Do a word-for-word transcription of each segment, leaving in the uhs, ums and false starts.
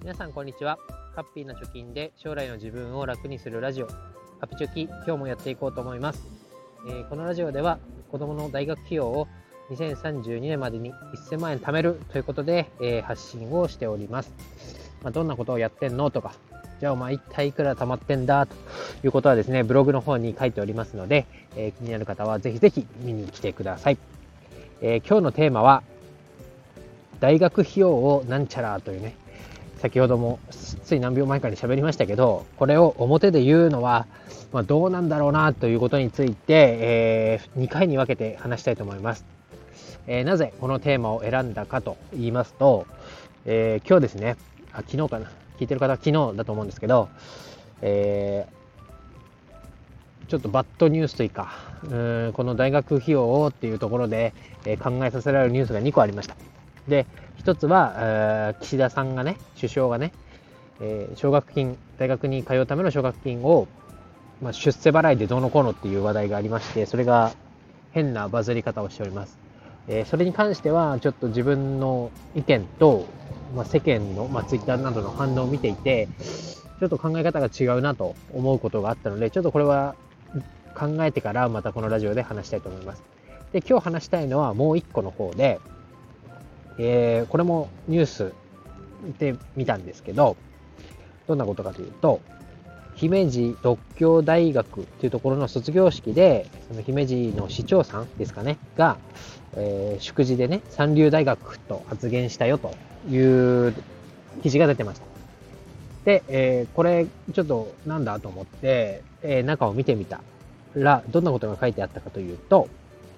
皆さんこんにちは。ハッピーな貯金で将来の自分を楽にするラジオ、ハピチョキ、今日もやっていこうと思います。えー、このラジオでは子どもの大学費用をにせんさんじゅうにねんまでにせんまんえん貯めるということで、えー、発信をしております。まあ、どんなことをやってんのとか、じゃあお前一体いくら貯まってんだということはですね、ブログの方に書いておりますので、えー、気になる方はぜひぜひ見に来てください。えー、今日のテーマは大学費用をなんちゃらというね、先ほどもつい何秒前かに喋りましたけど、これを表で言うのは、まあ、どうなんだろうなということについて、えー、にかいに分けて話したいと思います。えー、なぜこのテーマを選んだかと言いますと、えー、今日ですね、あ昨日かな、聞いてる方は昨日だと思うんですけど、えー、ちょっとバッドニュースというか、うーんこの大学費用をっていうところで、えー、考えさせられるニュースがにこありました。で、一つは、えー、岸田さんがね、首相がね、えー、奨学金、大学に通うための奨学金を、まあ、出世払いでどうのこうのっていう話題がありまして、それが変なバズり方をしております。えー、それに関しては、ちょっと自分の意見と、まあ、世間の、まあ、ツイッターなどの反応を見ていて、ちょっと考え方が違うなと思うことがあったので、ちょっとこれは考えてからまたこのラジオで話したいと思います。で、今日話したいのはもう一個の方で、えー、これもニュースで見たんですけど、どんなことかというと、姫路獨協大学というところの卒業式で、その姫路の市長さんですかねが、えー、祝辞でね、三流大学と発言したよという記事が出てました。で、えー、これちょっとなんだと思って、えー、中を見てみたら、どんなことが書いてあったかというと、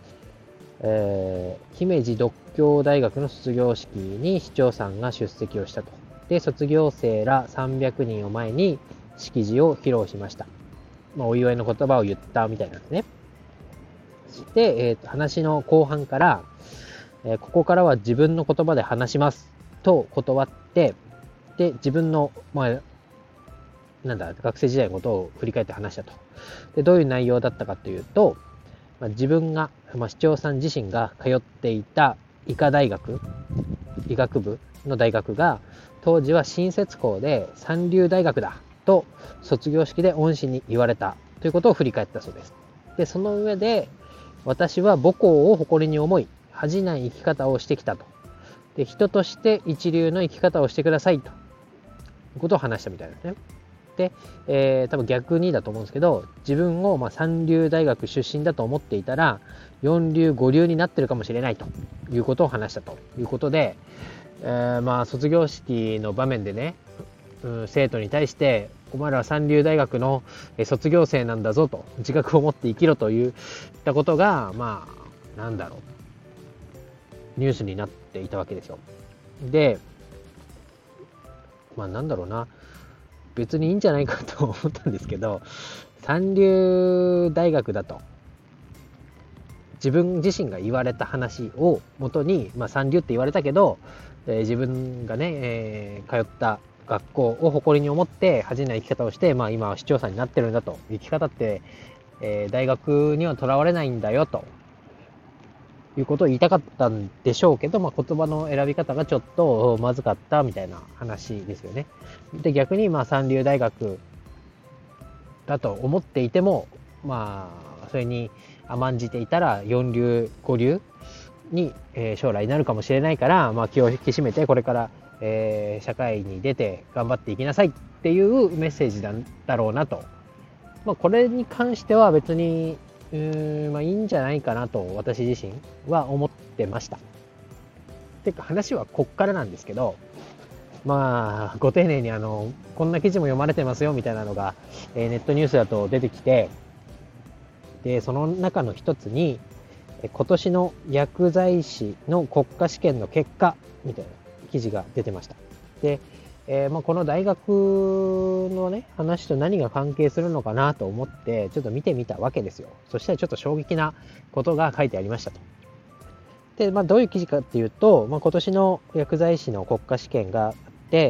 えー、姫路独協大学の卒業式に市長さんが出席をしたと。で、卒業生らさんびゃくにんを前に式辞を披露しました。まあ、お祝いの言葉を言ったみたいなんですね。そして、えー、話の後半から、えー、ここからは自分の言葉で話しますと断って、で、自分の、まあ、なんだ、学生時代のことを振り返って話したと。で、どういう内容だったかというと、まあ、自分が、まあ、市長さん自身が通っていた医科大学、医学部の大学が、当時は新設校で三流大学だと卒業式で恩師に言われたということを振り返ったそうです。で、その上で、私は母校を誇りに思い、恥じない生き方をしてきたと。で、人として一流の生き方をしてくださいということを話したみたいですね。で、えー、多分逆にだと思うんですけど、自分をまあ三流大学出身だと思っていたら四流五流になってるかもしれないということを話したということで、えー、まあ卒業式の場面でね、うん、生徒に対してお前らは三流大学の卒業生なんだぞと自覚を持って生きろといったことが、まあなんだろう、ニュースになっていたわけですよ。で、まあなんだろうな、別にいいんじゃないかと思ったんですけど、三流大学だと自分自身が言われた話をもとに、まあ、三流って言われたけど、えー、自分がね、えー、通った学校を誇りに思って恥じない生き方をして、まあ、今は市長さんになってるんだと。生き方って、えー、大学にはとらわれないんだよということを言いたかったんでしょうけど、まあ、言葉の選び方がちょっとまずかったみたいな話ですよね。で、逆にまあ三流大学だと思っていても、まあそれに甘んじていたら四流五流に、えー、将来なるかもしれないから、まあ、気を引き締めてこれから、えー、社会に出て頑張っていきなさいっていうメッセージなんだろうなと。まあ、これに関しては別にうーん、まあ、いいんじゃないかなと私自身は思ってました。てか話はこっからなんですけど、まあご丁寧にあのこんな記事も読まれてますよみたいなのが、えー、ネットニュースだと出てきて、でその中の一つに今年の薬剤師の国家試験の結果みたいな記事が出てました。で、えーまあ、この大学のね話と何が関係するのかなと思ってちょっと見てみたわけですよ。そしたらちょっと衝撃なことが書いてありましたと。で、まあ、どういう記事かっていうと、まあ、今年の薬剤師の国家試験があって、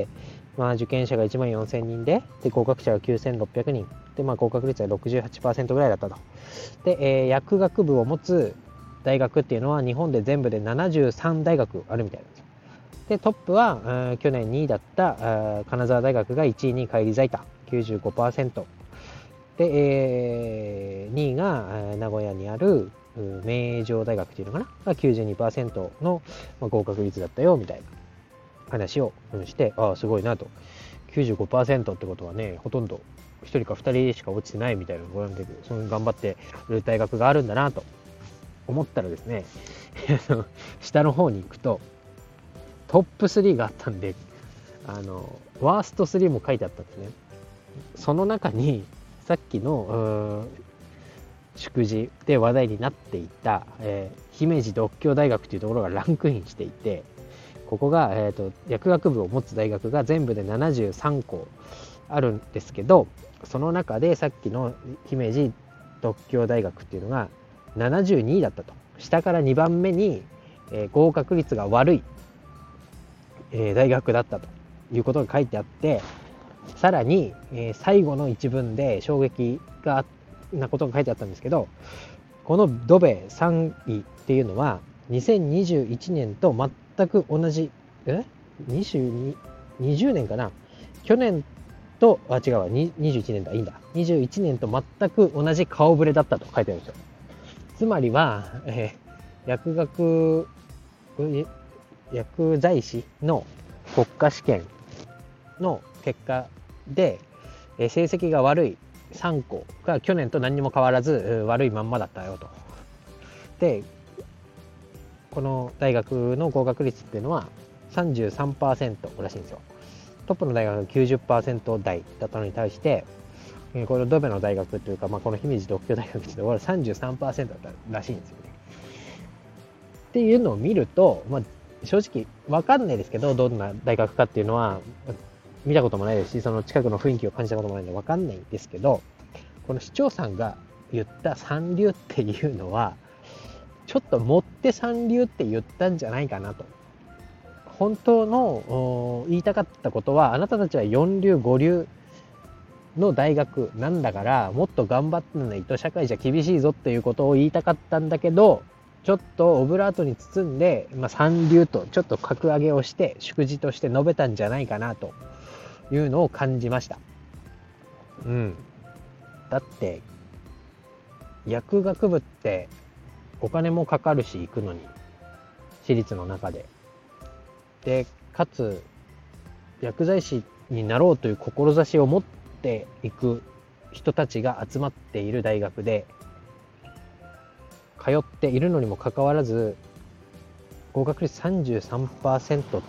まあ、受験者がいちまんよんせんにんで、で合格者がきゅうせんろっぴゃくにんで、まあ、合格率は ろくじゅうはちパーセント ぐらいだったと。で、えー、薬学部を持つ大学っていうのは日本で全部でななじゅうさんだいがくあるみたいなんですよ。 でトップは、えー、去年にいだった、えー、金沢大学がいちいに返り咲いた きゅうじゅうごパーセント で、えー、にいが、えー、名古屋にある名城大学っていうのかなが きゅうじゅうにパーセント の、まあ、合格率だったよみたいな話をして、ああすごいなと。 きゅうじゅうごパーセント ってことはね、ほとんどひとりかふたりしか落ちてないみたいなのをで、その頑張ってる大学があるんだなと思ったらですね下の方に行くとトップスリーがあったんで、あのワーストスリーも書いてあったんですね。その中にさっきの祝辞で話題になっていた、えー、姫路獨協大学というところがランクインしていて、ここが、えーと、薬学部を持つ大学が全部でななじゅうさんこあるんですけど、その中でさっきの姫路独協大学っていうのがななじゅうにいだったと。下からにばんめに、えー、合格率が悪い、えー、大学だったということが書いてあって、さらに、えー、最後の一文で衝撃がなことが書いてあったんですけど、このドベさんいっていうのはにせんにじゅういちねんと全く同じ、えにじゅうに、にじゅうねんかな、去年とあ違うわにじゅういちねんだいいんだにじゅういちねんと全く同じ顔ぶれだったと書いてあるんですよ。つまりは、えー、薬学薬剤師の国家試験の結果で、えー、成績が悪いさんこが去年と何にも変わらず悪いまんまだったよと。でこの大学の合格率っていうのは さんじゅうさんパーセント らしいんですよ。トップの大学が きゅうじゅっパーセント 台だったのに対して、このドベの大学というか、まあ、この姫路独協大学っていうのは さんじゅうさんパーセント だったらしいんですよね。っていうのを見ると、まあ、正直分かんないですけど、どんな大学かっていうのは見たこともないですし、その近くの雰囲気を感じたこともないので分かんないんですけど、この市長さんが言った三流っていうのはちょっと持って三流って言ったんじゃないかなと。本当の言いたかったことは、あなたたちはよん流ご流の大学なんだから、もっと頑張ってないと社会じゃ厳しいぞっていうことを言いたかったんだけど、ちょっとオブラートに包んで、まあ、三流とちょっと格上げをして祝辞として述べたんじゃないかなというのを感じました。うん。だって薬学部ってお金もかかるし行くのに、私立の中でで、かつ薬剤師になろうという志を持っていく人たちが集まっている大学で通っているのにもかかわらず合格率 さんじゅうさんパーセント って、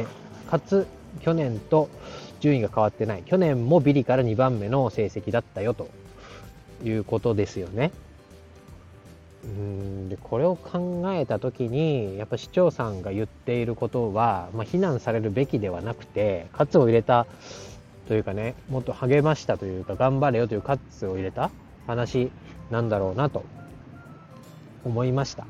かつ去年と順位が変わってない、去年もビリからにばんめの成績だったよということですよね。うーんでこれを考えた時に、やっぱ市長さんが言っていることは、まあ、非難されるべきではなくて、喝を入れたというかね、もっと励ましたというか、頑張れよという喝を入れた話なんだろうなと思いました。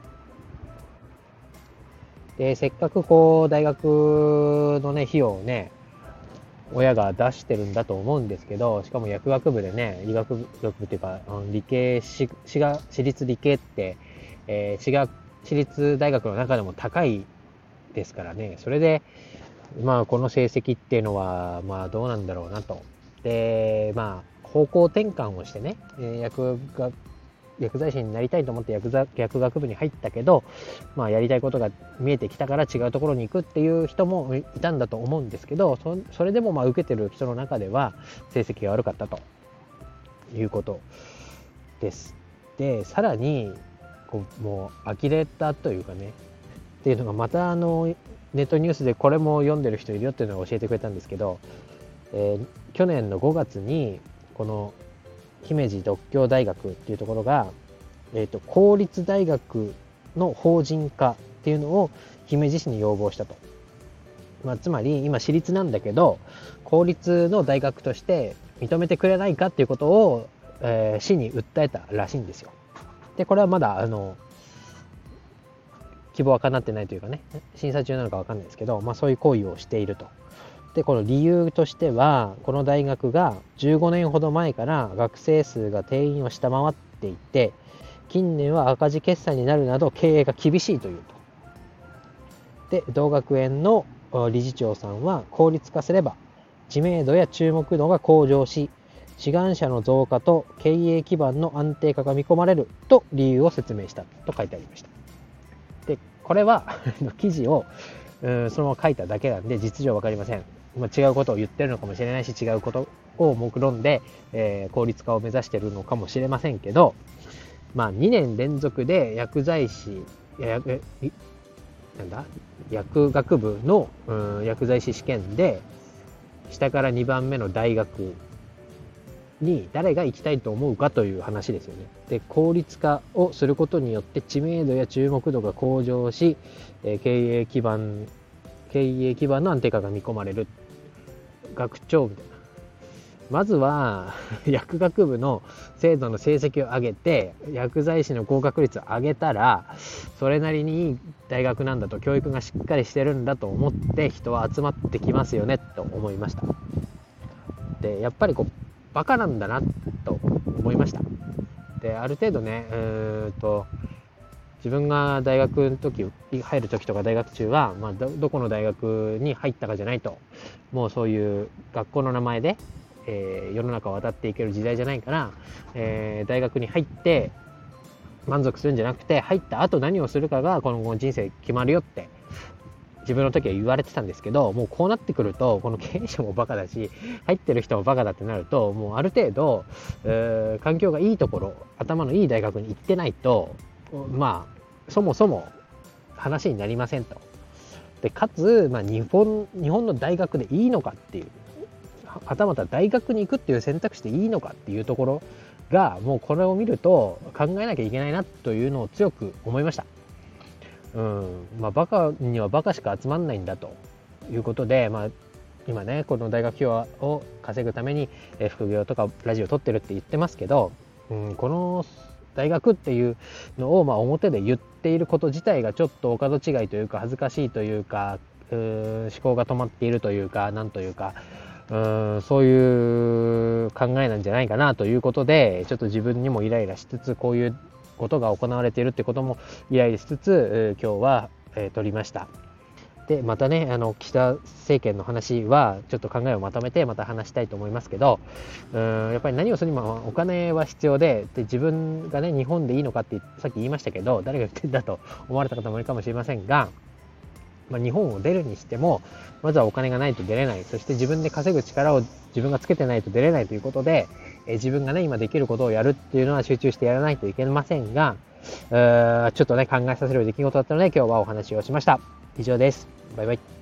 でせっかくこう大学のね費用をね親が出してるんだと思うんですけど、しかも薬学部でね、医学部っていうか理系、私が私立理系って、えー、私が私立大学の中でも高いですからね。それでまあこの成績っていうのはまあどうなんだろうなと。でまあ方向転換をしてね、薬学薬剤師になりたいと思って 薬, 薬学部に入ったけど、まあ、やりたいことが見えてきたから違うところに行くっていう人もいたんだと思うんですけど、 そ, それでもまあ受けてる人の中では成績が悪かったということです。でさらにこうもう呆れたというかねっていうのが、またあのネットニュースでこれも読んでる人いるよっていうのを教えてくれたんですけど、えー、去年のごがつにこの姫路獨協大学っていうところが、えーと、公立大学の法人化っていうのを姫路市に要望したと。まあ、つまり今私立なんだけど公立の大学として認めてくれないかっていうことを、えー、市に訴えたらしいんですよ。でこれはまだあの希望は叶ってないというかね、審査中なのか分かんないですけど、まあ、そういう行為をしていると。でこの理由としては、この大学がじゅうごねんほど前から学生数が定員を下回っていて、近年は赤字決算になるなど経営が厳しいというと。 で同学園の理事長さんは、効率化すれば知名度や注目度が向上し、志願者の増加と経営基盤の安定化が見込まれると理由を説明したと書いてありました。でこれは記事をうんそのまま書いただけなんで実情わかりません。まあ、違うことを言ってるのかもしれないし、違うことを目論んで、えー、効率化を目指しているのかもしれませんけど、まあ、にねん連続で薬剤師やなんだ薬学部のうん薬剤師試験で下からにばんめの大学に誰が行きたいと思うかという話ですよね。で、効率化をすることによって知名度や注目度が向上し、えー、経営基盤経営基盤の安定化が見込まれる。学長みたいな。まずは薬学部の生徒の成績を上げて薬剤師の合格率を上げたら、それなりにいい大学なんだと、教育がしっかりしてるんだと思って人は集まってきますよねと思いました。で、やっぱりこうバカなんだなと思いました。で、ある程度ね、うーんと自分が大学の時入る時とか大学中は、まあ、ど, どこの大学に入ったかじゃないと、もうそういう学校の名前で、えー、世の中を渡っていける時代じゃないから、えー、大学に入って満足するんじゃなくて、入った後何をするかがこの後人生決まるよって自分の時は言われてたんですけど、もうこうなってくるとこの経営者もバカだし入ってる人もバカだってなると、もうある程度、えー、環境がいいところ、頭のいい大学に行ってないと、まあそもそも話になりませんと。でかつ、まあ、日本日本の大学でいいのかっていう、はたまた大学に行くっていう選択肢でいいのかっていうところが、もうこれを見ると考えなきゃいけないなというのを強く思いました。うんまあ、バカにはバカしか集まんないんだということで、まあ、今ねこの大学費用を稼ぐために副業とかラジオ撮ってるって言ってますけど、うん、この大学っていうのをまあ表で言っていること自体がちょっとお門違いというか、恥ずかしいというか、うー思考が止まっているというか、なんというか、うーんそういう考えなんじゃないかなということで、ちょっと自分にもイライラしつつ、こういうことが行われているってこともイライラしつつ、今日は、えー、撮りました。でまたね、あの岸田政権の話はちょっと考えをまとめてまた話したいと思いますけど、うーんやっぱり何をするにもお金は必要 で, で自分がね日本でいいのかってさっき言いましたけど、誰が言ってんだと思われた方もいるかもしれませんが、まあ、日本を出るにしてもまずはお金がないと出れない、そして自分で稼ぐ力を自分がつけてないと出れないということで、え自分がね今できることをやるっていうのは集中してやらないといけませんが、うーちょっとね考えさせる出来事だったので今日はお話をしました。以上です。バイバイ。